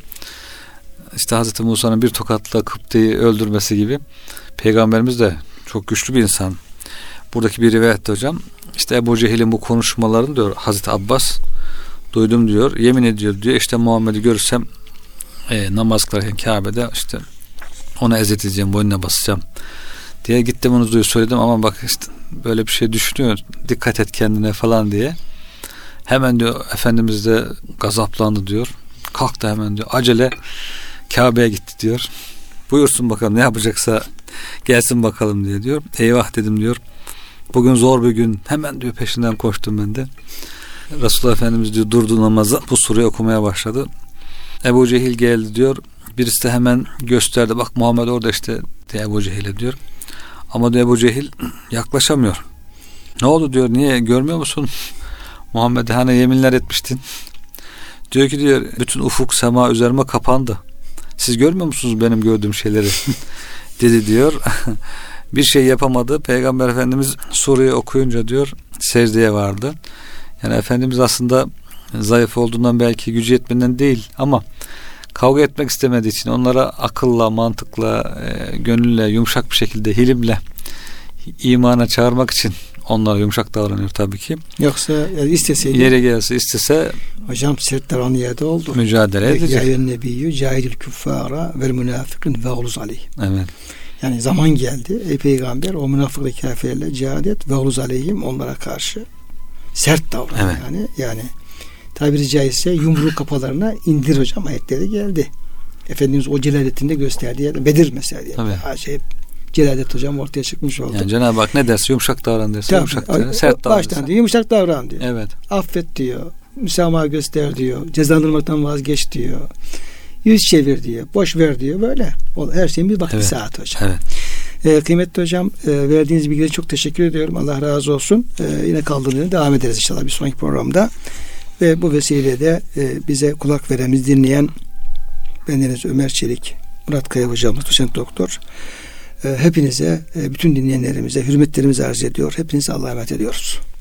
İşte Hazreti Musa'nın bir tokatla Kıpti'yi öldürmesi gibi peygamberimiz de çok güçlü bir insan. Buradaki bir rivayette hocam işte Ebu Cehil'in bu konuşmalarını diyor Hazreti Abbas duydum diyor. Yemin ediyor diyor işte Muhammed'i görürsem e, namaz kılarken Kabe'de işte ona eziyet edeceğim, boynuna basacağım diye gittim onu diyor söyledim ama bak işte böyle bir şey düşünüyor. Dikkat et kendine falan diye. Hemen diyor Efendimiz de gazaplandı diyor. Kalktı hemen diyor. Acele Kabe'ye gitti diyor. Buyursun bakalım ne yapacaksa gelsin bakalım diye diyor. Eyvah dedim diyor. Bugün zor bir gün. Hemen diyor peşinden koştum ben de. Resulullah Efendimiz diyor durdu namaza. Bu sureyi okumaya başladı. Ebu Cehil geldi diyor. Birisi de hemen gösterdi. Bak Muhammed orada işte diye Ebu Cehil'e diyor. Ama diyor Ebu Cehil yaklaşamıyor. Ne oldu diyor. Niye görmüyor musun? Muhammed'e hani yeminler etmiştin. Diyor ki diyor bütün ufuk sema üzerime kapandı. Siz görmüyor musunuz benim gördüğüm şeyleri? dedi diyor. Bir şey yapamadı. Peygamber Efendimiz sureyi okuyunca diyor secdeye vardı. Yani Efendimiz aslında zayıf olduğundan belki gücü yetmeden değil ama kavga etmek istemediği için onlara akılla, mantıkla, e, gönülle, yumuşak bir şekilde hilimle imana çağırmak için onlara yumuşak davranıyor tabii ki. Yoksa yani isteseydi yere gelse istese hocam sert davrandığı yerde oldu. Mücadele edecek. Ya eyyühen nebiyyü cahidil küffâra vel münâfikîn veğluz aleyhim. Evet. Yani zaman geldi. Ey peygamber o münafık ve kafirlerle cihad et. Veğluz aleyhim onlara karşı sert davran. Evet. Yani yani tabiri caizse yumruk kafalarına indir hocam ayetleri geldi. Efendimiz o celaletinde gösterdiği yerde Bedir mesela diye. Ha, şey, celalet hocam ortaya çıkmış oldu. Yani Cenab-ı Hak ne derse yumuşak davran derse Tabii, yumuşak davran. Sert davran. Baştan diyor yumuşak davran diyor. Evet. Affet diyor. Müsamaha göster diyor. Cezalandırmaktan vazgeç diyor. Yüz çevir diyor. Boş ver diyor. Böyle. Her şeyin bir vakti evet. saat hocam. Evet. Ee, kıymetli hocam e, verdiğiniz bilgileri çok teşekkür ediyorum. Allah razı olsun. Ee, yine kaldığında devam ederiz inşallah bir sonraki programda. Ve bu vesileyle de e, bize kulak veren, bizi dinleyen bendeniz Ömer Çelik, Murat Kaya hocamız, doçent doktor. E, hepinize, e, bütün dinleyenlerimize hürmetlerimizi arz ediyor. Hepinize Allah'a emanet ediyoruz.